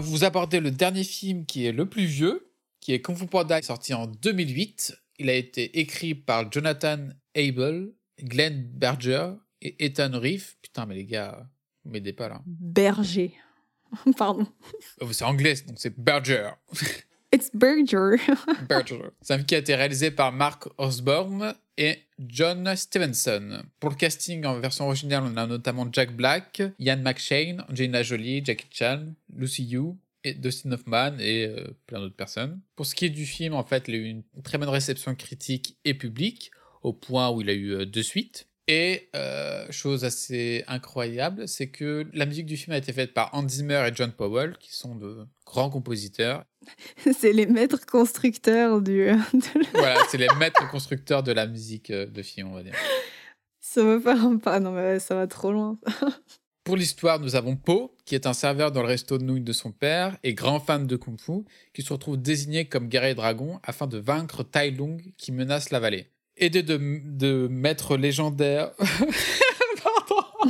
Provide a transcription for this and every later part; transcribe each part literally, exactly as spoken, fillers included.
vous apporter le dernier film qui est le plus vieux, qui est Kung Fu Panda, sorti en deux mille huit. Il a été écrit par Jonathan Abel, Glenn Berger et Ethan Reef. Putain, mais les gars, vous m'aidez pas là. Berger. Pardon. Oh, c'est anglais, donc c'est Berger. It's Berger. Berger. C'est un film qui a été réalisé par Mark Osborne et John Stevenson. Pour le casting en version originale, on a notamment Jack Black, Ian McShane, Angelina Jolie, Jackie Chan, Lucy Liu, et Dustin Hoffman et euh, plein d'autres personnes. Pour ce qui est du film, en fait, il a eu une très bonne réception critique et publique, au point où il a eu euh, deux suites. Et euh, chose assez incroyable, c'est que la musique du film a été faite par Hans Zimmer et John Powell, qui sont de grands compositeurs. C'est les maîtres constructeurs du... de... Voilà, c'est les maîtres constructeurs de la musique euh, de film, on va dire. Ça va faire un pas, non mais ça va trop loin. Pour l'histoire, nous avons Po, qui est un serveur dans le resto de nouilles de son père et grand fan de Kung Fu, qui se retrouve désigné comme guerrier dragon afin de vaincre Tai Lung qui menace la vallée. Aidé de, de maîtres légendaires... Pardon.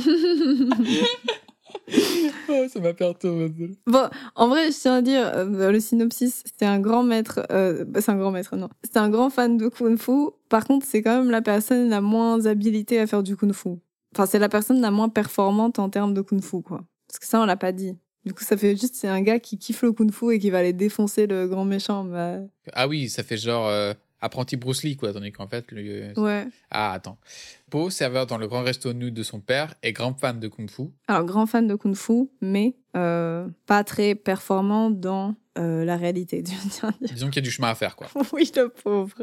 Oh, ça m'a perturbé. Bon, en vrai, je tiens à dire, euh, le synopsis, c'est un grand maître... Euh, bah, c'est un grand maître, non. C'est un grand fan de Kung Fu. Par contre, c'est quand même la personne la moins habilitée à faire du Kung Fu. Enfin, c'est la personne la moins performante en termes de Kung Fu, quoi. Parce que ça, on l'a pas dit. Du coup, ça fait juste, c'est un gars qui kiffe le Kung Fu et qui va aller défoncer le grand méchant. Bah... Ah oui, ça fait genre euh, apprenti Bruce Lee, quoi. Tandis qu'en fait, lui... Ouais. Ah, attends. Po, serveur dans le grand resto de nouilles de son père, est grand fan de Kung Fu. Alors, grand fan de Kung Fu, mais euh, pas très performant dans euh, la réalité. Disons qu'il y a du chemin à faire, quoi. Oui, le pauvre.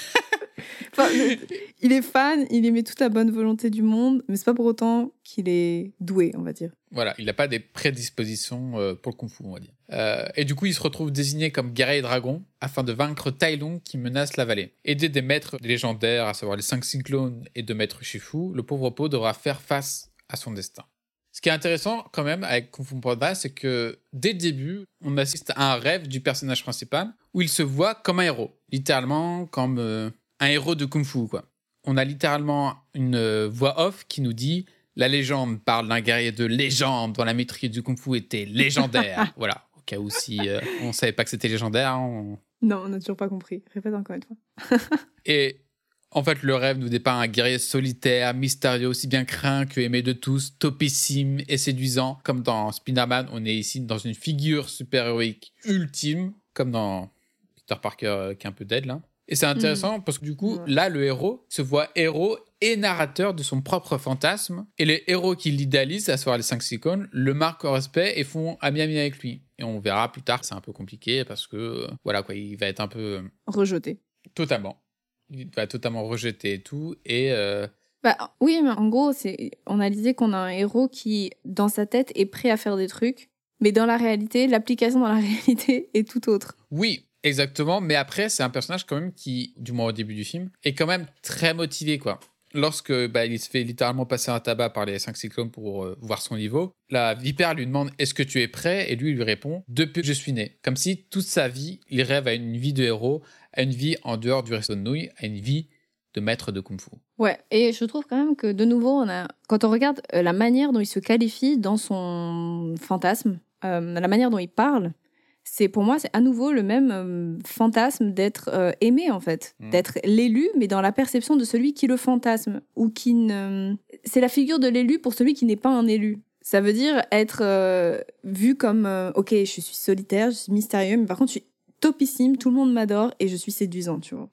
Enfin, il est fan, il y met toute la bonne volonté du monde, mais c'est pas pour autant qu'il est doué, on va dire. Voilà, il n'a pas des prédispositions euh, pour le Kung Fu, on va dire. Euh, et du coup, il se retrouve désigné comme guerrier dragon afin de vaincre Tai Lung qui menace la vallée. Aidé des maîtres légendaires, à savoir les cinq cyclones et de maître Shifu, le pauvre Po devra faire face à son destin. Ce qui est intéressant quand même avec Kung Fu Panda, c'est que dès le début, on assiste à un rêve du personnage principal où il se voit comme un héros, littéralement comme euh, un héros de Kung Fu, quoi. On a littéralement une euh, voix off qui nous dit « La légende parle d'un guerrier de légende dont la maîtrise du Kung Fu était légendaire. » Voilà, au cas où si euh, on savait pas que c'était légendaire. On... Non, on n'a toujours pas compris. Répète encore une fois. Et en fait, le rêve nous dépeint un guerrier solitaire, mystérieux, aussi bien craint que aimé de tous, topissime et séduisant. Comme dans Spider-Man, on est ici dans une figure super-héroïque ultime, comme dans Peter Parker euh, qui est un peu dead, là. Et c'est intéressant mmh. parce que du coup, ouais. là, le héros se voit héros et narrateur de son propre fantasme. Et les héros qui l'idéalisent, à savoir les cinq cyclones, le marquent au respect et font ami-ami avec lui. Et on verra plus tard, c'est un peu compliqué parce que, euh, voilà quoi, il va être un peu... rejeté. Totalement. Il va être totalement rejeté et tout. Et... Euh... Bah, oui, mais en gros, c'est... on a l'idée qu'on a un héros qui, dans sa tête, est prêt à faire des trucs. Mais dans la réalité, l'application dans la réalité est tout autre. Oui, exactement, mais après, c'est un personnage quand même qui, du moins au début du film, est quand même très motivé, quoi. Lorsque bah, il se fait littéralement passer un tabac par les cinq cyclones pour euh, voir son niveau, la vipère lui demande « Est-ce que tu es prêt ?» Et lui, il lui répond « Depuis que je suis né ». Comme si toute sa vie, il rêve à une vie de héros, à une vie en dehors du resto de nouilles, à une vie de maître de Kung Fu. Ouais, et je trouve quand même que, de nouveau, on a... quand on regarde euh, la manière dont il se qualifie dans son fantasme, euh, la manière dont il parle, c'est pour moi, c'est à nouveau le même euh, fantasme d'être euh, aimé, en fait. Mmh. D'être l'élu, mais dans la perception de celui qui le fantasme. Ou qui ne... C'est la figure de l'élu pour celui qui n'est pas un élu. Ça veut dire être euh, vu comme euh, « Ok, je suis solitaire, je suis mystérieux, mais par contre, je suis topissime, tout le monde m'adore et je suis séduisant, tu vois. »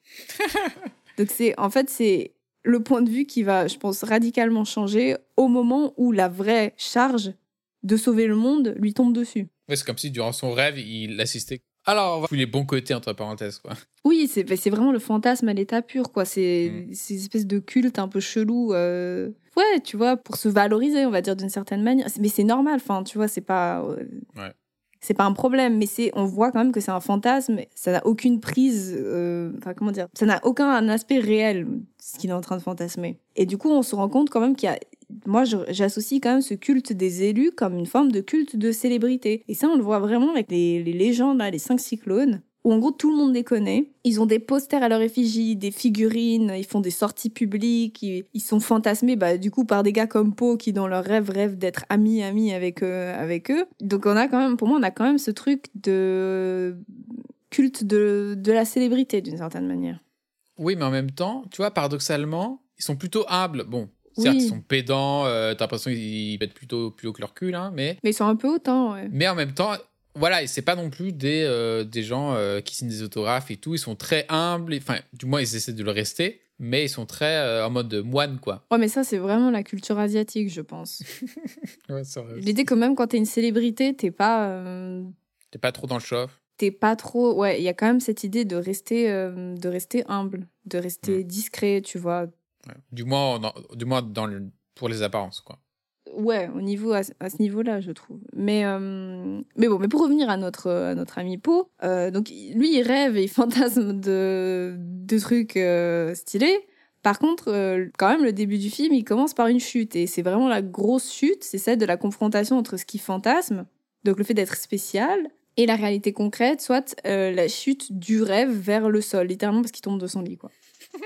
Donc, c'est, en fait, c'est le point de vue qui va, je pense, radicalement changer au moment où la vraie charge de sauver le monde lui tombe dessus. Ouais, c'est comme si durant son rêve, il assistait. Alors, on va tous les bons côtés, entre parenthèses, quoi. Oui, c'est, c'est vraiment le fantasme à l'état pur, quoi. C'est, mm. c'est une espèce de culte un peu chelou. Euh... Ouais, tu vois, pour se valoriser, on va dire, d'une certaine manière. Mais c'est normal, enfin, tu vois, c'est pas... Euh... Ouais. C'est pas un problème, mais c'est, on voit quand même que c'est un fantasme. Ça n'a aucune prise... Euh... Enfin, comment dire ? Ça n'a aucun aspect réel, ce qu'il est en train de fantasmer. Et du coup, on se rend compte quand même qu'il y a... Moi, je, j'associe quand même ce culte des élus comme une forme de culte de célébrité. Et ça, on le voit vraiment avec les, les légendes, là, les cinq cyclones, où en gros tout le monde les connaît. Ils ont des posters à leur effigie, des figurines, ils font des sorties publiques, ils, ils sont fantasmés bah, du coup par des gars comme Poe qui dans leur rêve rêvent d'être amis amis avec, euh, avec eux. Donc on a quand même, pour moi on a quand même ce truc de culte de, de la célébrité d'une certaine manière. Oui, mais en même temps, tu vois, paradoxalement, ils sont plutôt humbles. Bon, certes, Oui. ils sont pédants, euh, t'as l'impression qu'ils mettent plutôt plus haut que leur cul, hein, mais... Mais ils sont un peu hautains, ouais. Mais en même temps, voilà, et c'est pas non plus des, euh, des gens euh, qui signent des autographes et tout. Ils sont très humbles, et- enfin, du moins, ils essaient de le rester, mais ils sont très euh, en mode moine, quoi. Ouais, mais ça, c'est vraiment la culture asiatique, je pense. Ouais, c'est vrai. L'idée que même quand t'es une célébrité, t'es pas... euh, T'es pas trop dans le show. T'es pas trop... Ouais, il y a quand même cette idée de rester, euh, de rester humble, de rester discret, tu vois. Ouais. Du moins, dans, du moins dans le, pour les apparences, quoi. Ouais, au niveau, à, à ce niveau-là, je trouve. Mais, euh, mais bon, mais pour revenir à notre, à notre ami Poe, euh, donc lui, il rêve et il fantasme de, de trucs euh, stylés. Par contre, euh, quand même, le début du film, il commence par une chute. Et c'est vraiment la grosse chute, c'est celle de la confrontation entre ce qu'il fantasme, donc le fait d'être spécial, et la réalité concrète, soit euh, la chute du rêve vers le sol, littéralement parce qu'il tombe de son lit, quoi.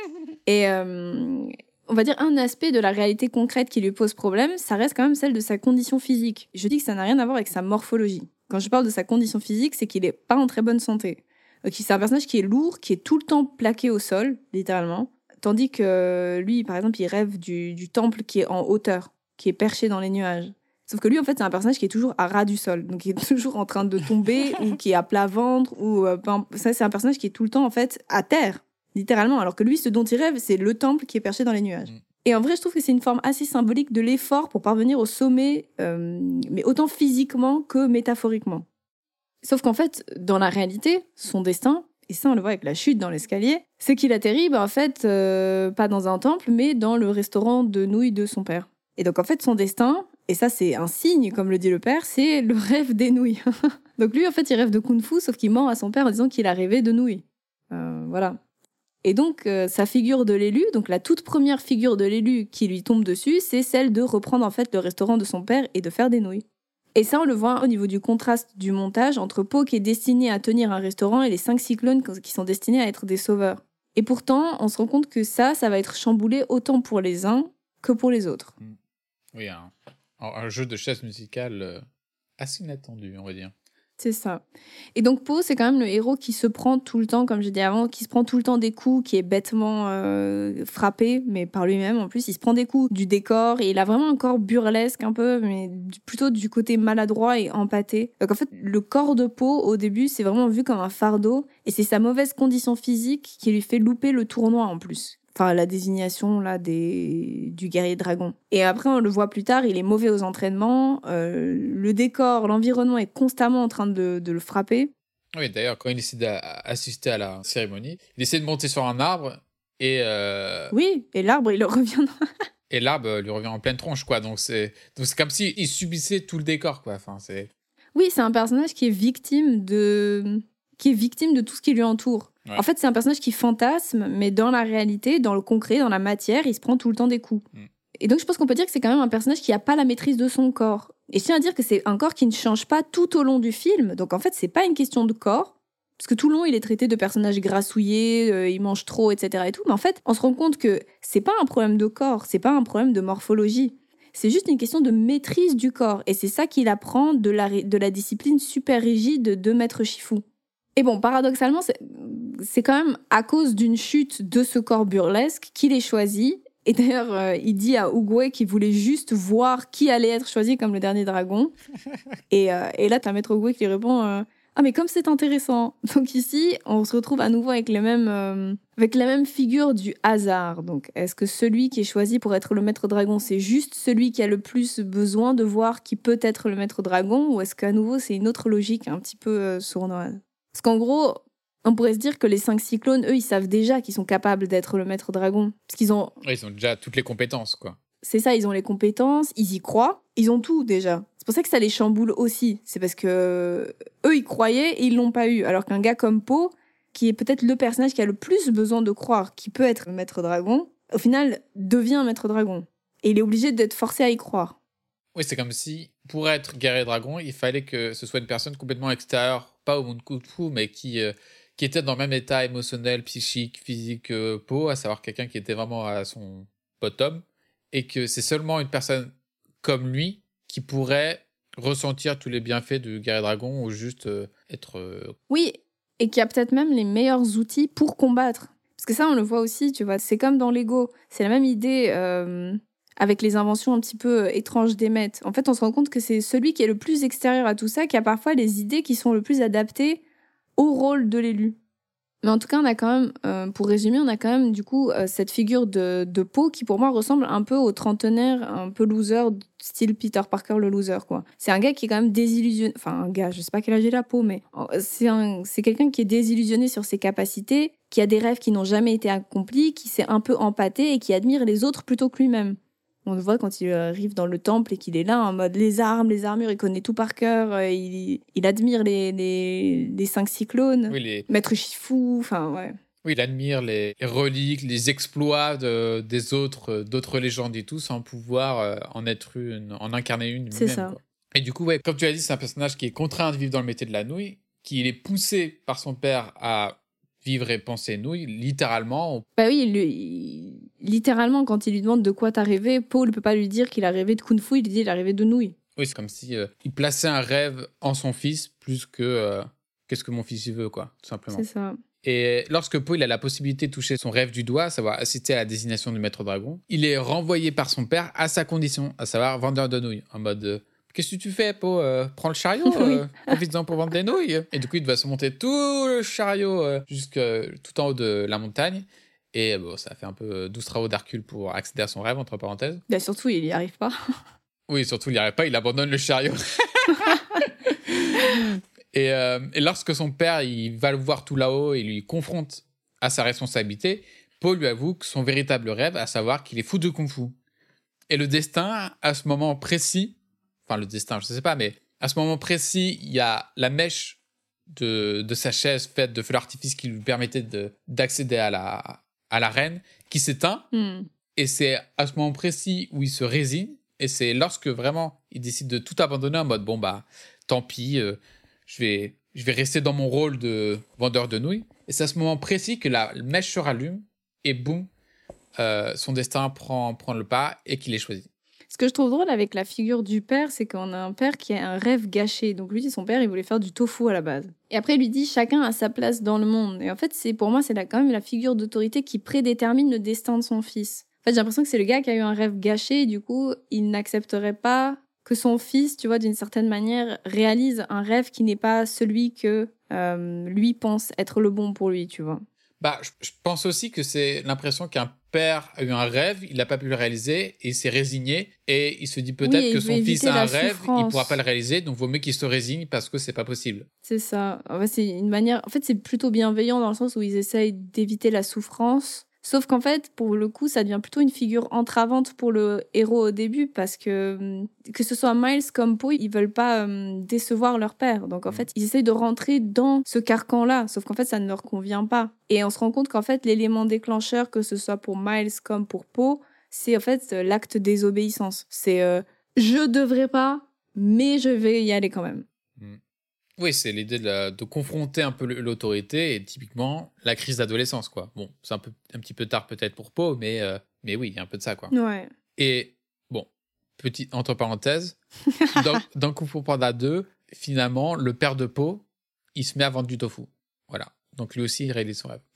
Et euh, on va dire un aspect de la réalité concrète qui lui pose problème, ça reste quand même celle de sa condition physique. Je dis que ça n'a rien à voir avec sa morphologie. Quand je parle de sa condition physique, c'est qu'il est pas en très bonne santé. Donc c'est un personnage qui est lourd, qui est tout le temps plaqué au sol, littéralement. Tandis que lui, par exemple, il rêve du, du temple qui est en hauteur, qui est perché dans les nuages. Sauf que lui, en fait, c'est un personnage qui est toujours à ras du sol, donc qui est toujours en train de tomber ou qui est à plat ventre. Ou euh, ben, ça, c'est un personnage qui est tout le temps en fait à terre, littéralement. Alors que lui, ce dont il rêve, c'est le temple qui est perché dans les nuages. Mm. Et en vrai, je trouve que c'est une forme assez symbolique de l'effort pour parvenir au sommet, euh, mais autant physiquement que métaphoriquement. Sauf qu'en fait, dans la réalité, son destin, et ça on le voit avec la chute dans l'escalier, c'est qu'il atterrit, ben, en fait, euh, pas dans un temple, mais dans le restaurant de nouilles de son père. Et donc en fait, son destin, et ça c'est un signe, comme le dit le père, c'est le rêve des nouilles. Donc lui, en fait, il rêve de kung-fu, sauf qu'il ment à son père en disant qu'il a rêvé de nouilles. Euh, voilà. Et donc, euh, sa figure de l'élu, donc la toute première figure de l'élu qui lui tombe dessus, c'est celle de reprendre en fait le restaurant de son père et de faire des nouilles. Et ça, on le voit au niveau du contraste du montage entre Poe qui est destiné à tenir un restaurant et les cinq cyclones qui sont destinés à être des sauveurs. Et pourtant, on se rend compte que ça, ça va être chamboulé autant pour les uns que pour les autres. Oui, un, un jeu de chaise musicale euh, assez inattendu, on va dire. C'est ça. Et donc Poe, c'est quand même le héros qui se prend tout le temps, comme j'ai dit avant, qui se prend tout le temps des coups, qui est bêtement euh, frappé, mais par lui-même en plus. Il se prend des coups du décor et il a vraiment un corps burlesque un peu, mais plutôt du côté maladroit et empâté. Donc en fait, le corps de Poe, au début, c'est vraiment vu comme un fardeau et c'est sa mauvaise condition physique qui lui fait louper le tournoi en plus. Enfin, la désignation là, des... du guerrier dragon. Et après, on le voit plus tard, il est mauvais aux entraînements. Euh, le décor, l'environnement est constamment en train de, de le frapper. Oui, d'ailleurs, quand il essaie d'assister à la cérémonie, il essaie de monter sur un arbre et... Euh... Oui, et l'arbre, il revient... et l'arbre lui revient en pleine tronche, quoi. Donc, c'est comme s'il il subissait tout le décor, quoi. Enfin, c'est... Oui, c'est un personnage qui est victime de... qui est victime de tout ce qui lui entoure. Ouais. En fait, c'est un personnage qui fantasme, mais dans la réalité, dans le concret, dans la matière, il se prend tout le temps des coups. Mm. Et donc, je pense qu'on peut dire que c'est quand même un personnage qui n'a pas la maîtrise de son corps. Et je tiens à dire que c'est un corps qui ne change pas tout au long du film. Donc, en fait, c'est pas une question de corps, parce que tout le long, il est traité de personnage grassouillé, euh, il mange trop, et cetera et tout. Mais en fait, on se rend compte que c'est pas un problème de corps, c'est pas un problème de morphologie. C'est juste une question de maîtrise du corps. Et c'est ça qu'il apprend de la, de la discipline super rigide de Maître Shifu. Et bon, paradoxalement, c'est, c'est quand même à cause d'une chute de ce corps burlesque qu'il est choisi. Et d'ailleurs, euh, il dit à Oogway qu'il voulait juste voir qui allait être choisi comme le dernier dragon. et, euh, et là, t'as Maître Oogway qui répond euh, « Ah, mais comme c'est intéressant !» Donc ici, on se retrouve à nouveau avec, les mêmes, euh, avec la même figure du hasard. Donc, est-ce que celui qui est choisi pour être le Maître Dragon, c'est juste celui qui a le plus besoin de voir qui peut être le Maître Dragon, ou est-ce qu'à nouveau, c'est une autre logique un petit peu euh, sournoise ? Parce qu'en gros, on pourrait se dire que les cinq cyclones, eux, ils savent déjà qu'ils sont capables d'être le Maître Dragon. Parce qu'ils ont... Ouais, ils ont déjà toutes les compétences, quoi. C'est ça, ils ont les compétences, ils y croient, ils ont tout déjà. C'est pour ça que ça les chamboule aussi. C'est parce que eux, ils croyaient et ils l'ont pas eu. Alors qu'un gars comme Poe, qui est peut-être le personnage qui a le plus besoin de croire qui peut être le Maître Dragon, au final, devient Maître Dragon. Et il est obligé d'être forcé à y croire. Oui, c'est comme si, pour être guerrier dragon, il fallait que ce soit une personne complètement extérieure, pas au monde kung fu, mais qui, euh, qui était dans le même état émotionnel, psychique, physique que Po, à savoir quelqu'un qui était vraiment à son bottom, et que c'est seulement une personne comme lui qui pourrait ressentir tous les bienfaits de Guerrier Dragon ou juste euh, être... Euh... Oui, et qui a peut-être même les meilleurs outils pour combattre. Parce que ça, on le voit aussi, tu vois, c'est comme dans Lego. C'est la même idée euh, avec les inventions un petit peu euh, étranges d'Emmet. En fait, on se rend compte que c'est celui qui est le plus extérieur à tout ça, qui a parfois les idées qui sont le plus adaptées au rôle de l'élu. Mais en tout cas, on a quand même, euh, pour résumer, on a quand même du coup euh, cette figure de, de Po qui pour moi ressemble un peu au trentenaire, un peu loser, style Peter Parker le loser, quoi. C'est un gars qui est quand même désillusionné, enfin un gars, je sais pas quel âge il a Po, mais c'est, un, c'est quelqu'un qui est désillusionné sur ses capacités, qui a des rêves qui n'ont jamais été accomplis, qui s'est un peu empâté et qui admire les autres plutôt que lui-même. On le voit quand il arrive dans le temple et qu'il est là en mode les armes, les armures, il connaît tout par cœur, il, il admire les, les, les cinq cyclones, oui, les... Maître Shifu, enfin ouais. Oui, il admire les, les reliques, les exploits de, des autres, d'autres légendes et tout, sans pouvoir euh, en être une, en incarner une lui-même. C'est ça. Quoi. Et du coup, ouais, comme tu l'as dit, c'est un personnage qui est contraint de vivre dans le métier de la nouille, qui est poussé par son père à vivre et penser nouille, littéralement. On... Bah oui, lui, il... littéralement, quand il lui demande de quoi t'as rêvé, Paul ne peut pas lui dire qu'il a rêvé de Kung Fu, il lui dit qu'il a rêvé de nouilles. Oui, c'est comme si euh, il plaçait un rêve en son fils plus que euh, qu'est-ce que mon fils il veut, quoi, tout simplement. C'est ça. Et lorsque Po il a la possibilité de toucher son rêve du doigt, à savoir assister à la désignation du maître dragon, il est renvoyé par son père à sa condition, à savoir vendeur de nouilles, en mode euh, qu'est-ce que tu fais, Po euh, Prends le chariot, euh, profite-en pour vendre des nouilles. Et du coup, il doit se monter tout le chariot euh, jusque tout en haut de la montagne. Et bon, ça fait un peu douze travaux d'Hercule pour accéder à son rêve, entre parenthèses. Bah surtout, il n'y arrive pas. Oui, surtout, il n'y arrive pas, il abandonne le chariot. Et, euh, et lorsque son père il va le voir tout là-haut et lui confronte à sa responsabilité, Paul lui avoue que son véritable rêve, à savoir qu'il est fou de kung-fu. Et le destin, à ce moment précis, enfin le destin, je ne sais pas, mais à ce moment précis, il y a la mèche de, de sa chaise faite de feu d'artifice qui lui permettait de, d'accéder à la, à l'arène qui s'éteint. Mm. Et c'est à ce moment précis où il se résigne. Et c'est lorsque vraiment il décide de tout abandonner en mode bon bah tant pis. Euh, Je vais, je vais rester dans mon rôle de vendeur de nouilles. Et c'est à ce moment précis que la mèche se rallume et boum, euh, son destin prend, prend le pas et qu'il est choisi. Ce que je trouve drôle avec la figure du père, c'est qu'on a un père qui a un rêve gâché. Donc lui, son père, il voulait faire du tofu à la base. Et après, il lui dit chacun a sa place dans le monde. Et en fait, c'est pour moi, c'est là quand même la figure d'autorité qui prédétermine le destin de son fils. En fait, j'ai l'impression que c'est le gars qui a eu un rêve gâché. Et du coup, il n'accepterait pas que son fils, tu vois, d'une certaine manière, réalise un rêve qui n'est pas celui que euh, lui pense être le bon pour lui, tu vois. Bah, je, je pense aussi que c'est l'impression qu'un père a eu un rêve, il n'a pas pu le réaliser et il s'est résigné et il se dit peut-être oui, que son fils a un rêve, souffrance. il ne pourra pas le réaliser, donc vaut mieux qu'il se résigne parce que c'est pas possible. C'est ça. En fait, c'est une manière. En fait, c'est plutôt bienveillant dans le sens où ils essayent d'éviter la souffrance. Sauf qu'en fait, pour le coup, ça devient plutôt une figure entravante pour le héros au début parce que que ce soit Miles comme Po, ils veulent pas euh, décevoir leur père. Donc en fait, ils essayent de rentrer dans ce carcan-là. Sauf qu'en fait, ça ne leur convient pas. Et on se rend compte qu'en fait, l'élément déclencheur, que ce soit pour Miles comme pour Po, c'est en fait l'acte désobéissance. C'est euh, je devrais pas, mais je vais y aller quand même. Mm. Oui, c'est l'idée de, la, de confronter un peu l'autorité et typiquement la crise d'adolescence, quoi. Bon, c'est un, peu, un petit peu tard peut-être pour Po, mais, euh, mais oui, il y a un peu de ça, quoi. Ouais. Et bon, petite entre parenthèses, dans, dans Kung Fu Panda deux, finalement, le père de Po, il se met à vendre du tofu. Voilà. Donc lui aussi, il réalise son rêve.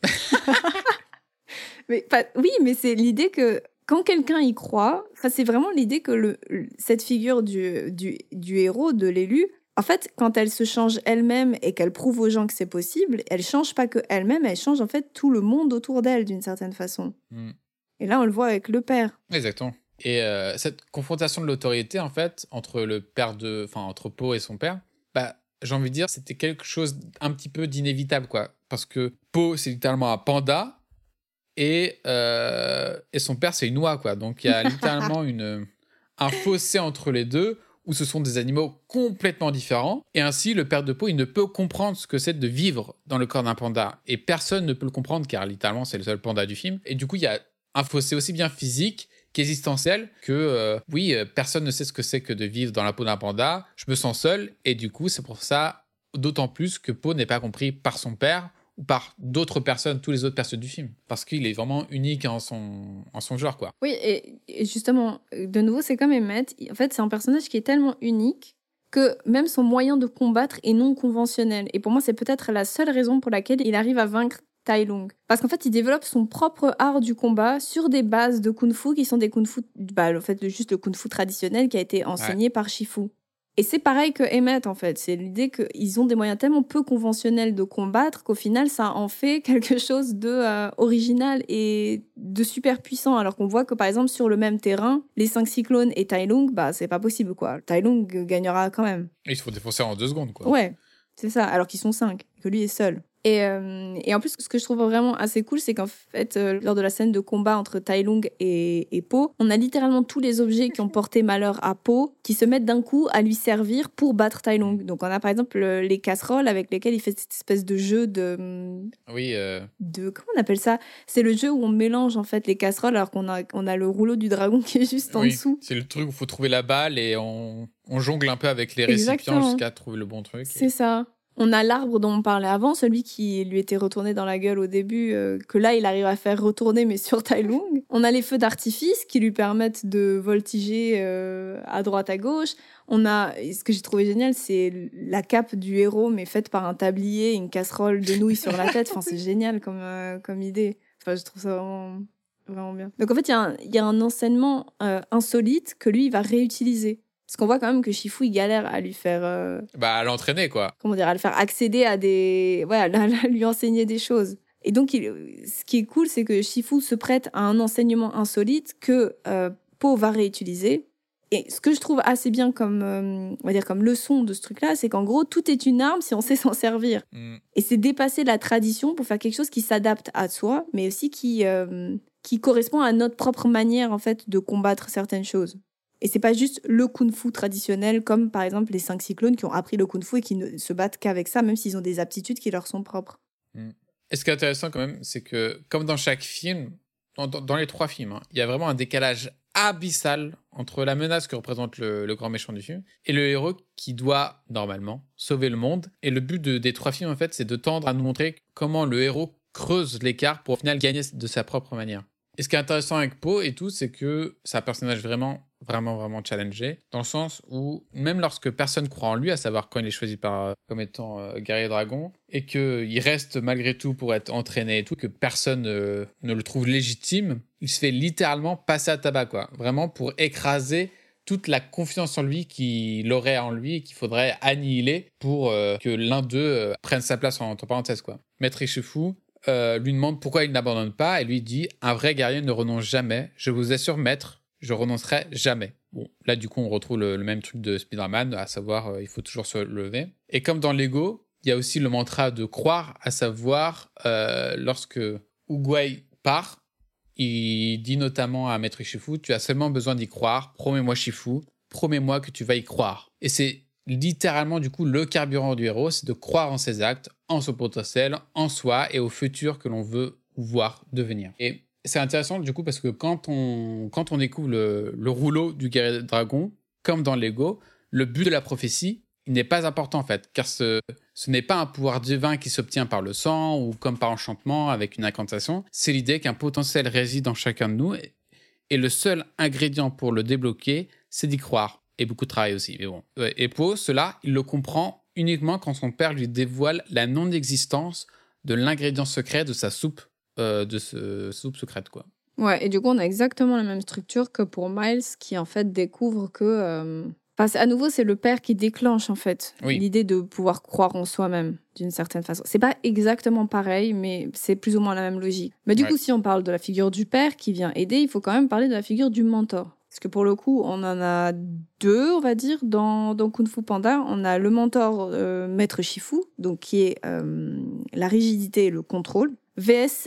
mais, pas, oui, mais c'est l'idée que quand quelqu'un y croit, c'est vraiment l'idée que le, cette figure du, du, du héros, de l'élu, en fait, quand elle se change elle-même et qu'elle prouve aux gens que c'est possible, elle change pas que elle-même, elle change en fait tout le monde autour d'elle d'une certaine façon. Mm. Et là, on le voit avec le père. Exactement. Et euh, cette confrontation de l'autorité, en fait, entre le père de, enfin entre Po et son père, bah, j'ai envie de dire, c'était quelque chose un petit peu d'inévitable, quoi, parce que Po, c'est littéralement un panda et euh, et son père, c'est une oie, quoi. Donc il y a littéralement une un fossé entre les deux, où ce sont des animaux complètement différents. Et ainsi, le père de Po, il ne peut comprendre ce que c'est de vivre dans le corps d'un panda. Et personne ne peut le comprendre, car littéralement, c'est le seul panda du film. Et du coup, il y a un fossé aussi bien physique qu'existentiel que, euh, oui, euh, personne ne sait ce que c'est que de vivre dans la peau d'un panda. Je me sens seul. Et du coup, c'est pour ça, d'autant plus que Po n'est pas compris par son père, ou par d'autres personnes, tous les autres personnes du film. Parce qu'il est vraiment unique en son, en son genre, quoi. Oui, et, et justement, de nouveau, c'est comme Emmett. En fait, c'est un personnage qui est tellement unique que même son moyen de combattre est non conventionnel. Et pour moi, c'est peut-être la seule raison pour laquelle il arrive à vaincre Tai Lung. Parce qu'en fait, il développe son propre art du combat sur des bases de kung-fu qui sont des kung-fu, bah, en fait, juste le kung-fu traditionnel qui a été enseigné ouais. par Shifu. Et c'est pareil que Emmett, en fait. C'est l'idée qu'ils ont des moyens tellement peu conventionnels de combattre qu'au final, ça en fait quelque chose de euh, original et de super puissant. Alors qu'on voit que, par exemple, sur le même terrain, les cinq cyclones et Tai Lung, bah, c'est pas possible, quoi. Tai Lung gagnera quand même. Ils se font défoncer en deux secondes, quoi. Ouais, c'est ça. Alors qu'ils sont cinq, que lui est seul. Et, euh, et en plus, ce que je trouve vraiment assez cool, c'est qu'en fait, euh, lors de la scène de combat entre Tai Lung et, et Po, on a littéralement tous les objets qui ont porté malheur à Po qui se mettent d'un coup à lui servir pour battre Tai Lung. Donc on a par exemple les casseroles avec lesquelles il fait cette espèce de jeu de... Oui. Euh... de comment on appelle ça ? C'est le jeu où on mélange en fait les casseroles alors qu'on a, on a le rouleau du dragon qui est juste en oui, dessous. C'est le truc où il faut trouver la balle et on, on jongle un peu avec les récipients Exactement. Jusqu'à trouver le bon truc. C'est et... ça. On a l'arbre dont on parlait avant, celui qui lui était retourné dans la gueule au début, euh, que là, il arrive à faire retourner, mais sur Tai Lung. On a les feux d'artifice qui lui permettent de voltiger euh, à droite, à gauche. On a, ce que j'ai trouvé génial, c'est la cape du héros, mais faite par un tablier, une casserole de nouilles sur la tête. Enfin, c'est génial comme, euh, comme idée. Enfin, je trouve ça vraiment, vraiment bien. Donc, en fait, il y, y a un enseignement euh, insolite que lui, il va réutiliser. Parce qu'on voit quand même que Shifu, il galère à lui faire... Euh... Bah, à l'entraîner, quoi. Comment dire, à le faire accéder à des... Ouais, à, à lui enseigner des choses. Et donc, il... ce qui est cool, c'est que Shifu se prête à un enseignement insolite que euh, Po va réutiliser. Et ce que je trouve assez bien comme, euh, on va dire, comme leçon de ce truc-là, c'est qu'en gros, tout est une arme si on sait s'en servir. Mm. Et c'est dépasser la tradition pour faire quelque chose qui s'adapte à soi, mais aussi qui, euh, qui correspond à notre propre manière, en fait, de combattre certaines choses. Et c'est pas juste le kung-fu traditionnel, comme par exemple les cinq cyclones qui ont appris le kung-fu et qui ne se battent qu'avec ça, même s'ils ont des aptitudes qui leur sont propres. Mm. Et ce qui est intéressant quand même, c'est que comme dans chaque film, dans, dans les trois films, hein, il y a vraiment un décalage abyssal entre la menace que représente le, le grand méchant du film et le héros qui doit, normalement, sauver le monde. Et le but de, des trois films, en fait, c'est de tendre à nous montrer comment le héros creuse l'écart pour au final gagner de sa propre manière. Et ce qui est intéressant avec Po et tout, c'est que c'est un personnage vraiment, vraiment, vraiment challengé, dans le sens où, même lorsque personne croit en lui, à savoir quand il est choisi par, comme étant euh, guerrier dragon, et qu'il reste malgré tout pour être entraîné et tout, que personne euh, ne le trouve légitime, il se fait littéralement passer à tabac, quoi. Vraiment pour écraser toute la confiance en lui qu'il aurait en lui et qu'il faudrait annihiler pour euh, que l'un d'eux euh, prenne sa place entre parenthèses, quoi. Maître Shifu Euh, lui demande pourquoi il n'abandonne pas et lui dit « Un vrai guerrier ne renonce jamais. Je vous assure, maître, je renoncerai jamais. » Bon, là, du coup, on retrouve le, le même truc de Spider-Man, à savoir, euh, il faut toujours se lever. Et comme dans Lego, il y a aussi le mantra de croire, à savoir, euh, lorsque Oogway part, il dit notamment à Maître Shifu « Tu as seulement besoin d'y croire. Promets-moi, Shifu. Promets-moi que tu vas y croire. » Et c'est littéralement, du coup, le carburant du héros, c'est de croire en ses actes, en son potentiel, en soi et au futur que l'on veut voir devenir. Et c'est intéressant, du coup, parce que quand on, quand on découvre le, le rouleau du guerrier dragon, comme dans Lego, le but de la prophétie, il n'est pas important, en fait, car ce, ce n'est pas un pouvoir divin qui s'obtient par le sang ou comme par enchantement avec une incantation. C'est l'idée qu'un potentiel réside en chacun de nous et, et le seul ingrédient pour le débloquer, c'est d'y croire. Et beaucoup de travail aussi, mais bon. Et Po, cela, il le comprend uniquement quand son père lui dévoile la non-existence de l'ingrédient secret de sa soupe, euh, de ce soupe secrète, quoi. Ouais, et du coup, on a exactement la même structure que pour Miles, qui en fait découvre que... Euh... Enfin, à nouveau, c'est le père qui déclenche, en fait, oui. l'idée de pouvoir croire en soi-même, d'une certaine façon. C'est pas exactement pareil, mais c'est plus ou moins la même logique. Mais du ouais. coup, si on parle de la figure du père qui vient aider, il faut quand même parler de la figure du mentor. Parce que pour le coup, on en a deux, on va dire, dans, dans Kung Fu Panda. On a le mentor euh, Maître Shifu, donc qui est euh, la rigidité et le contrôle, versus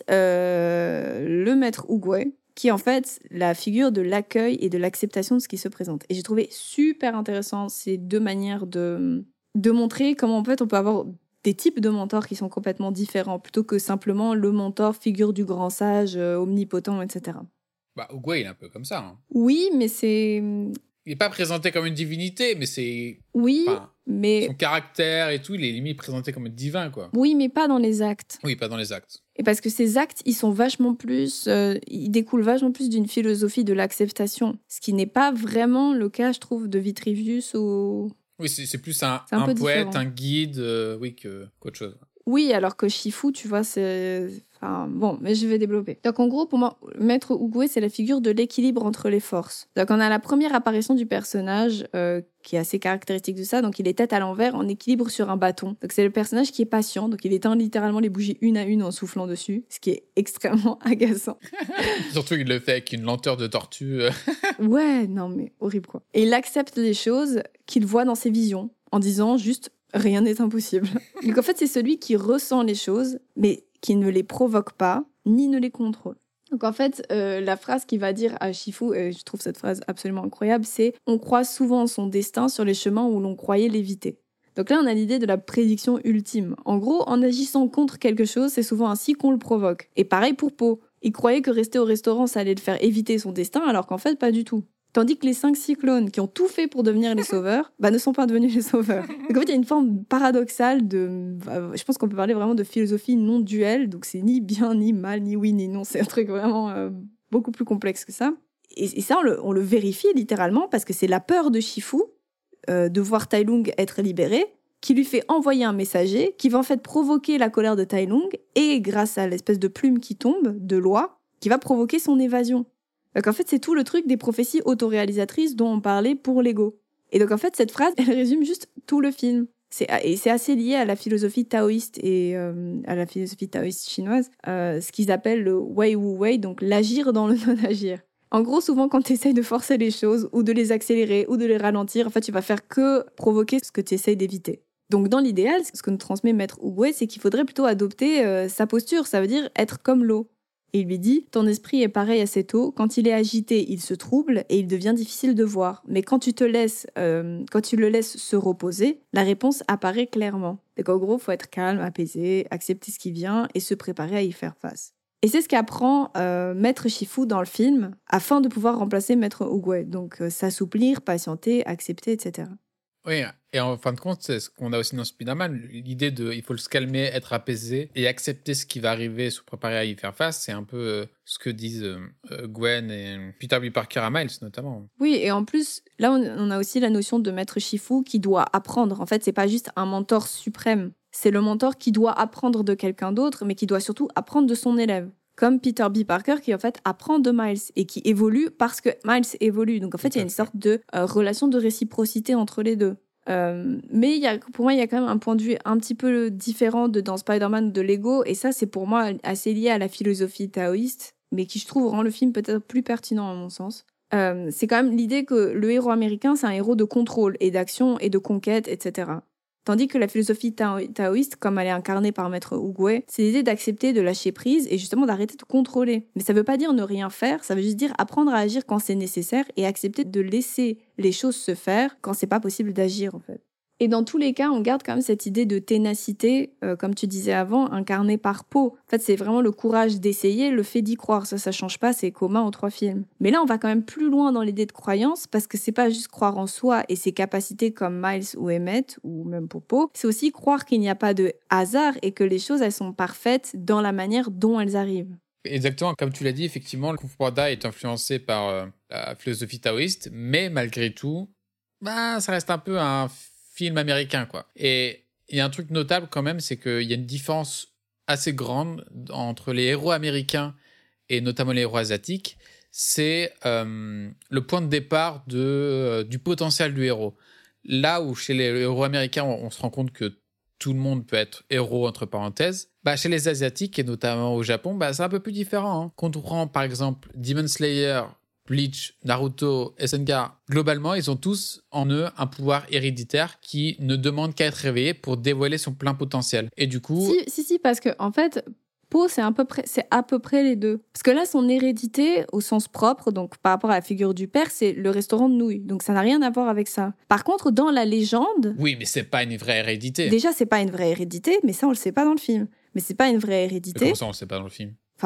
euh, le Maître Oogway, qui est en fait la figure de l'accueil et de l'acceptation de ce qui se présente. Et j'ai trouvé super intéressant ces deux manières de, de montrer comment en fait on peut avoir des types de mentors qui sont complètement différents, plutôt que simplement le mentor figure du grand sage, euh, omnipotent, et cetera. Bah, Oogway, il est un peu comme ça. Hein. Oui, mais c'est... il est pas présenté comme une divinité, mais c'est... Oui, enfin, mais... son caractère et tout, il est limite présenté comme divin, quoi. Oui, mais pas dans les actes. Oui, pas dans les actes. Et parce que ces actes, ils sont vachement plus... Euh, ils découlent vachement plus d'une philosophie de l'acceptation. Ce qui n'est pas vraiment le cas, je trouve, de Vitruvius ou... Oui, c'est, c'est plus un, c'est un un peu poète, différent. un guide, euh, oui, que, qu'autre chose. Oui, alors que Shifu, tu vois, c'est... Enfin, bon, mais je vais développer. Donc, en gros, pour moi, Maître Oogway, c'est la figure de l'équilibre entre les forces. Donc, on a la première apparition du personnage euh, qui est assez caractéristique de ça. Donc, il est tête à l'envers, en équilibre sur un bâton. Donc, c'est le personnage qui est patient. Donc, il éteint littéralement les bougies une à une en soufflant dessus, ce qui est extrêmement agaçant. Surtout, il le fait avec une lenteur de tortue. euh. Ouais, non, mais horrible, quoi. Et il accepte les choses qu'il voit dans ses visions, en disant juste rien n'est impossible. Donc en fait, c'est celui qui ressent les choses, mais qui ne les provoque pas, ni ne les contrôle. Donc en fait, euh, la phrase qu'il va dire à Shifu, et je trouve cette phrase absolument incroyable, c'est « On croit souvent son destin sur les chemins où l'on croyait l'éviter ». Donc là, on a l'idée de la prédiction ultime. En gros, en agissant contre quelque chose, c'est souvent ainsi qu'on le provoque. Et pareil pour Po. Il croyait que rester au restaurant, ça allait le faire éviter son destin, alors qu'en fait, pas du tout. Tandis que les cinq cyclones qui ont tout fait pour devenir les sauveurs, bah, ne sont pas devenus les sauveurs. Donc en fait, il y a une forme paradoxale de... bah, je pense qu'on peut parler vraiment de philosophie non duelle, donc c'est ni bien, ni mal, ni oui, ni non. C'est un truc vraiment euh, beaucoup plus complexe que ça. Et, et ça, on le, on le vérifie littéralement, parce que c'est la peur de Shifu euh, de voir Tai Lung être libéré, qui lui fait envoyer un messager, qui va en fait provoquer la colère de Tai Lung, et grâce à l'espèce de plume qui tombe, de loi, qui va provoquer son évasion. Donc en fait, c'est tout le truc des prophéties autoréalisatrices dont on parlait pour l'ego. Et donc en fait, cette phrase, elle résume juste tout le film. C'est, et c'est assez lié à la philosophie taoïste et euh, à la philosophie taoïste chinoise, euh, ce qu'ils appellent le wei wu wei, donc l'agir dans le non-agir. En gros, souvent, quand tu essayes de forcer les choses, ou de les accélérer, ou de les ralentir, en fait, tu vas faire que provoquer ce que tu essayes d'éviter. Donc dans l'idéal, ce que nous transmet Maître Oogway, c'est qu'il faudrait plutôt adopter euh, sa posture, ça veut dire être comme l'eau. Et il lui dit « Ton esprit est pareil à cette eau, quand il est agité, il se trouble et il devient difficile de voir. Mais quand tu, te laisses, euh, quand tu le laisses se reposer, la réponse apparaît clairement. » Donc en gros, il faut être calme, apaisé, accepter ce qui vient et se préparer à y faire face. Et c'est ce qu'apprend euh, Maître Shifu dans le film, afin de pouvoir remplacer Maître Oogway. Donc euh, s'assouplir, patienter, accepter, et cetera. Oui, et en fin de compte, c'est ce qu'on a aussi dans Spider-Man, l'idée de il faut se calmer, être apaisé et accepter ce qui va arriver, se préparer à y faire face, c'est un peu euh, ce que disent euh, Gwen et Peter B. Parker à Miles notamment. Oui, et en plus, là on, on a aussi la notion de Maître Shifu qui doit apprendre. En fait, c'est pas juste un mentor suprême, c'est le mentor qui doit apprendre de quelqu'un d'autre, mais qui doit surtout apprendre de son élève. Comme Peter B. Parker qui en fait apprend de Miles et qui évolue parce que Miles évolue. Donc en fait, il y a une sorte de euh, relation de réciprocité entre les deux. Euh, mais il y a, pour moi, il y a quand même un point de vue un petit peu différent de, dans Spider-Man de l'ego. Et ça, c'est pour moi assez lié à la philosophie taoïste, mais qui, je trouve, rend le film peut-être plus pertinent à mon sens. Euh, c'est quand même l'idée que le héros américain, c'est un héros de contrôle et d'action et de conquête, et cetera. Tandis que la philosophie tao- taoïste, comme elle est incarnée par Maître Oogway, c'est l'idée d'accepter de lâcher prise et justement d'arrêter de contrôler. Mais ça veut pas dire ne rien faire, ça veut juste dire apprendre à agir quand c'est nécessaire et accepter de laisser les choses se faire quand c'est pas possible d'agir en fait. Et dans tous les cas, on garde quand même cette idée de ténacité, euh, comme tu disais avant, incarnée par Po. En fait, c'est vraiment le courage d'essayer, le fait d'y croire. Ça, ça change pas, c'est commun aux trois films. Mais là, on va quand même plus loin dans l'idée de croyance, parce que c'est pas juste croire en soi et ses capacités comme Miles ou Emmett, ou même pour Po. C'est aussi croire qu'il n'y a pas de hasard et que les choses, elles sont parfaites dans la manière dont elles arrivent. Exactement, comme tu l'as dit, effectivement, le Kung Fu Panda est influencé par euh, la philosophie taoïste, mais malgré tout, bah, ça reste un peu un film américain, quoi. Et il y a un truc notable quand même, c'est qu'il y a une différence assez grande entre les héros américains et notamment les héros asiatiques. C'est euh, le point de départ de, euh, du potentiel du héros. Là où chez les héros américains, on, on se rend compte que tout le monde peut être héros, entre parenthèses, bah, chez les asiatiques et notamment au Japon, bah, c'est un peu plus différent. Hein. Quand on prend par exemple Demon Slayer, Bleach, Naruto, S N K, globalement, ils ont tous en eux un pouvoir héréditaire qui ne demande qu'à être réveillé pour dévoiler son plein potentiel. Et du coup... Si, si, si, parce que en fait, Po, c'est à peu près, c'est à peu près les deux. Parce que là, son hérédité, au sens propre, donc par rapport à la figure du père, c'est le restaurant de nouilles. Donc ça n'a rien à voir avec ça. Par contre, dans la légende... Oui, mais c'est pas une vraie hérédité. Déjà, c'est pas une vraie hérédité, mais ça, on le sait pas dans le film. Mais c'est pas une vraie hérédité. Mais comment ça, on le sait pas dans le film? Enfin...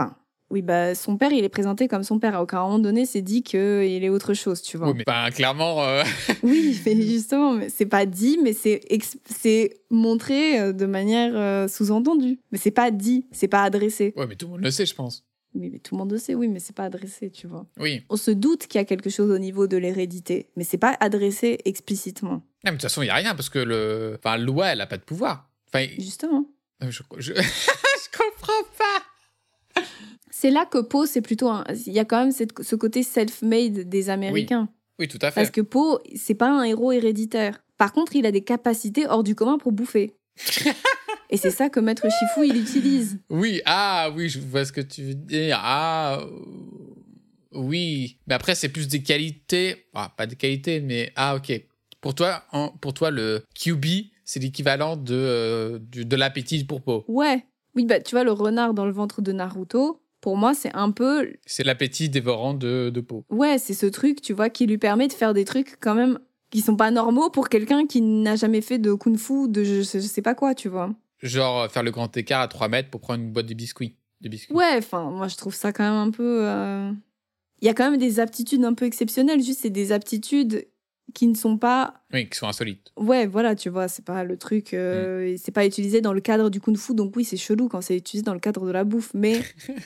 Oui, bah, son père, il est présenté comme son père. À aucun moment donné, c'est dit qu'il est autre chose, tu vois. Oui, mais ben, clairement... Euh... oui, mais justement, c'est pas dit, mais c'est, ex- c'est montré de manière euh, sous-entendue. Mais c'est pas dit, c'est pas adressé. Oui, mais tout le monde le sait, je pense. Oui, mais tout le monde le sait, oui, mais c'est pas adressé, tu vois. Oui. On se doute qu'il y a quelque chose au niveau de l'hérédité, mais c'est pas adressé explicitement. Non, mais de toute façon, il n'y a rien, parce que le... enfin, la loi, elle n'a pas de pouvoir. Enfin, Justement. Je, je... je comprends pas. C'est là que Poe, c'est plutôt... Un... Il y a quand même cette... ce côté self-made des Américains. Oui. oui, tout à fait. Parce que Poe, c'est pas un héros héréditaire. Par contre, il a des capacités hors du commun pour bouffer. Et c'est ça que Maître Shifu, il utilise. Oui, ah oui, je vois ce que tu veux dire. Ah oui. Mais après, c'est plus des qualités. Ah, pas des qualités, mais... Ah, ok. Pour toi, en... pour toi le Q B, c'est l'équivalent de, euh, de, de l'appétit pour Poe. Ouais. Oui, bah tu vois, le renard dans le ventre de Naruto, pour moi, c'est un peu... C'est l'appétit dévorant de, de Poe. Ouais, c'est ce truc, tu vois, qui lui permet de faire des trucs quand même qui sont pas normaux pour quelqu'un qui n'a jamais fait de kung-fu, de je sais, je sais pas quoi, tu vois. Genre faire le grand écart à trois mètres pour prendre une boîte de biscuits. De biscuits. Ouais, enfin, moi, je trouve ça quand même un peu... euh... Il y a quand même des aptitudes un peu exceptionnelles, juste c'est des aptitudes qui ne sont pas... Oui, qui sont insolites. Ouais, voilà, tu vois, c'est pas le truc... Euh, mm. C'est pas utilisé dans le cadre du kung-fu, donc oui, c'est chelou quand c'est utilisé dans le cadre de la bouffe, mais...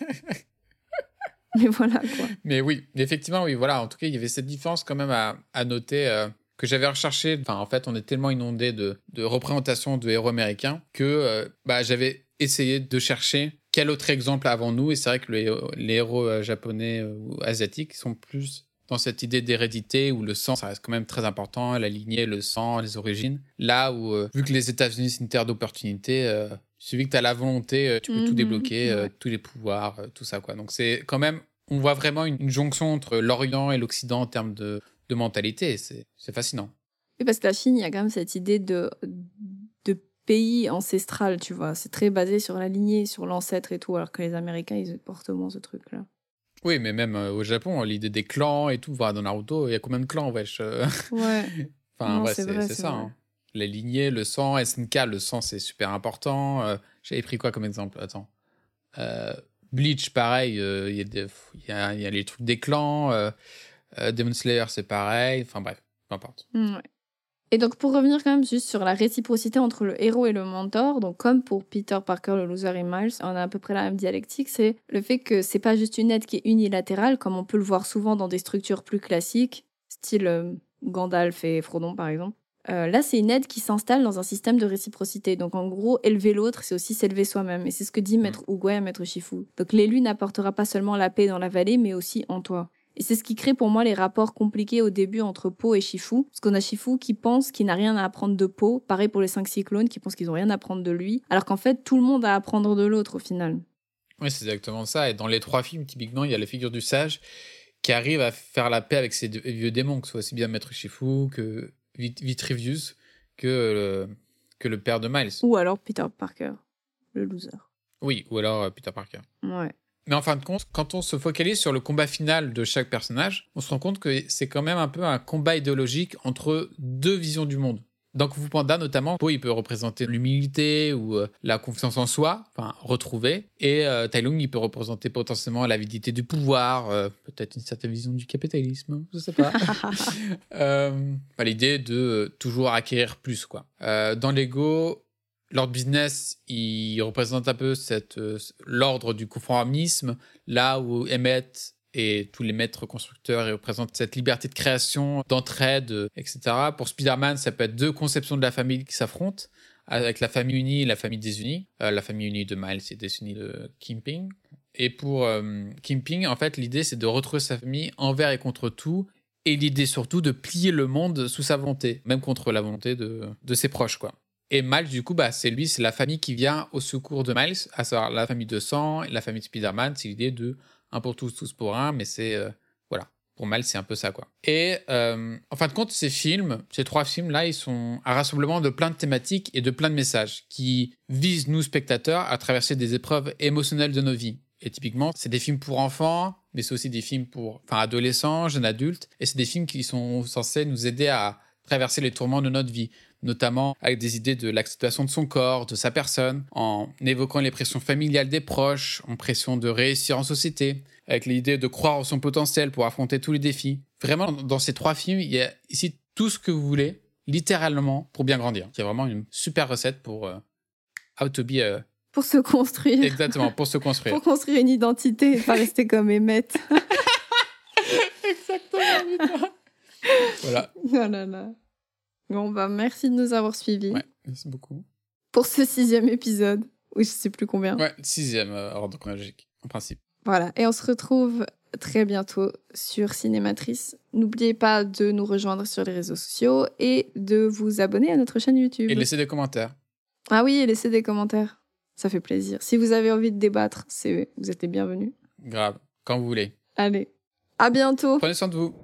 mais voilà, quoi. Mais oui, effectivement, oui, voilà. En tout cas, il y avait cette différence quand même à, à noter euh, que j'avais recherché. Enfin, en fait, on est tellement inondé de, de représentations de héros américains que euh, bah, j'avais essayé de chercher quel autre exemple avons-nous. Et c'est vrai que les, les héros euh, japonais euh, ou asiatiques sont plus... dans cette idée d'hérédité où le sang, ça reste quand même très important, la lignée, le sang, les origines. Là où, euh, vu que les États-Unis, c'est une terre d'opportunités, euh, il suffit que tu as la volonté, euh, tu peux mmh, tout débloquer, ouais. euh, tous les pouvoirs, euh, tout ça, quoi. Donc, c'est quand même, on voit vraiment une, une jonction entre l'Orient et l'Occident en termes de, de mentalité. C'est, c'est fascinant. Oui, parce que la Chine, il y a quand même cette idée de, de pays ancestral, tu vois. C'est très basé sur la lignée, sur l'ancêtre et tout, alors que les Américains, ils portent moins ce truc-là. Oui, mais même euh, au Japon, l'idée des clans et tout, voilà, dans Naruto, il y a combien de clans, wesh euh... Ouais. Enfin, non, ouais, c'est, c'est, vrai, c'est c'est ça. Hein. Les lignées, le sang, S N K, le sang, c'est super important. Euh, j'avais pris quoi comme exemple? Attends. Euh, Bleach, pareil, il euh, y, y, a, y a les trucs des clans. Euh, euh, Demon Slayer, c'est pareil. Enfin, bref, peu importe. Mmh, ouais. Et donc, pour revenir quand même juste sur la réciprocité entre le héros et le mentor, donc comme pour Peter Parker, le loser et Miles, on a à peu près la même dialectique, c'est le fait que c'est pas juste une aide qui est unilatérale, comme on peut le voir souvent dans des structures plus classiques, style euh, Gandalf et Frodon par exemple. Euh, là, c'est une aide qui s'installe dans un système de réciprocité. Donc, en gros, élever l'autre, c'est aussi s'élever soi-même. Et c'est ce que dit Maître Oogway à Maître Shifu. Donc, l'élu n'apportera pas seulement la paix dans la vallée, mais aussi en toi. Et c'est ce qui crée pour moi les rapports compliqués au début entre Poe et Shifu. Parce qu'on a Shifu qui pense qu'il n'a rien à apprendre de Poe. Pareil pour les cinq cyclones qui pensent qu'ils n'ont rien à apprendre de lui. Alors qu'en fait, tout le monde a à apprendre de l'autre au final. Oui, c'est exactement ça. Et dans les trois films, typiquement, il y a la figure du sage qui arrive à faire la paix avec ses deux vieux démons, que ce soit aussi bien Maître Shifu que Vitrivius, que, euh, que le père de Miles. Ou alors Peter Parker, le loser. Oui, ou alors euh, Peter Parker. Ouais. Mais en fin de compte, quand on se focalise sur le combat final de chaque personnage, on se rend compte que c'est quand même un peu un combat idéologique entre deux visions du monde. Dans Kung Fu Panda, notamment, Poe, il peut représenter l'humilité ou euh, la confiance en soi, enfin, retrouvée. Et euh, Tai Lung, il peut représenter potentiellement l'avidité du pouvoir, euh, peut-être une certaine vision du capitalisme, je sais pas. euh, bah, l'idée de euh, toujours acquérir plus, quoi. Euh, dans Lego, Lord Business, il représente un peu cette, euh, l'ordre du conformisme, là où Emmett et tous les maîtres constructeurs, ils représentent cette liberté de création, d'entraide, et cetera. Pour Spider-Man, ça peut être deux conceptions de la famille qui s'affrontent, avec la famille unie et la famille désunie. Euh, la famille unie de Miles et désunie de Kingpin. Et pour euh, Kingpin, en fait, l'idée, c'est de retrouver sa famille envers et contre tout, et l'idée surtout de plier le monde sous sa volonté, même contre la volonté de, de ses proches, quoi. Et Miles, du coup, bah, c'est lui, c'est la famille qui vient au secours de Miles, à savoir la famille de sang, la famille de Spider-Man, c'est l'idée de un pour tous, tous pour un, mais c'est... Euh, voilà. Pour Miles, c'est un peu ça, quoi. Et euh, en fin de compte, ces films, ces trois films-là, ils sont un rassemblement de plein de thématiques et de plein de messages qui visent, nous, spectateurs, à traverser des épreuves émotionnelles de nos vies. Et typiquement, c'est des films pour enfants, mais c'est aussi des films pour enfin, adolescents, jeunes adultes, et c'est des films qui sont censés nous aider à traverser les tourments de notre vie, notamment avec des idées de l'acceptation de son corps, de sa personne, en évoquant les pressions familiales des proches, en pression de réussir en société, avec l'idée de croire en son potentiel pour affronter tous les défis. Vraiment, dans ces trois films, il y a ici tout ce que vous voulez, littéralement, pour bien grandir. Il y a vraiment une super recette pour euh, how to be... Euh... Pour se construire. Exactement, pour se construire. Pour construire une identité et pas rester comme Emmett. Exactement, putain. Voilà. Oh là là. Bon, bah, merci de nous avoir suivis. Ouais, merci beaucoup. Pour ce sixième épisode, ou je sais plus combien. Ouais, sixième euh, ordre chronologique, en principe. Voilà, et on se retrouve très bientôt sur Cinématrice. N'oubliez pas de nous rejoindre sur les réseaux sociaux et de vous abonner à notre chaîne YouTube. Et laissez des commentaires. Ah oui, et laissez des commentaires. Ça fait plaisir. Si vous avez envie de débattre, c'est... vous êtes les bienvenus. Grave, quand vous voulez. Allez, à bientôt. Prenez soin de vous.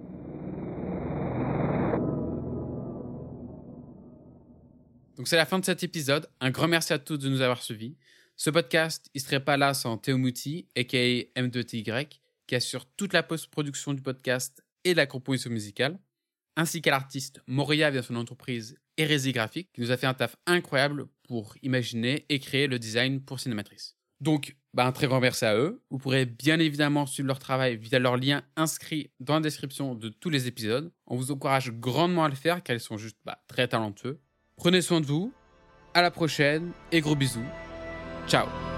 Donc c'est la fin de cet épisode. Un grand merci à tous de nous avoir suivis. Ce podcast, il serait pas là sans Théo Mouti, aka M deux T Y, qui assure toute la post-production du podcast et la composition musicale, ainsi qu'à l'artiste Moria via son entreprise Hérésie Graphique, qui nous a fait un taf incroyable pour imaginer et créer le design pour Cinématrice. Donc, bah, un très grand merci à eux. Vous pourrez bien évidemment suivre leur travail via leurs liens inscrits dans la description de tous les épisodes. On vous encourage grandement à le faire car ils sont juste bah, très talentueux. Prenez soin de vous, à la prochaine et gros bisous. Ciao.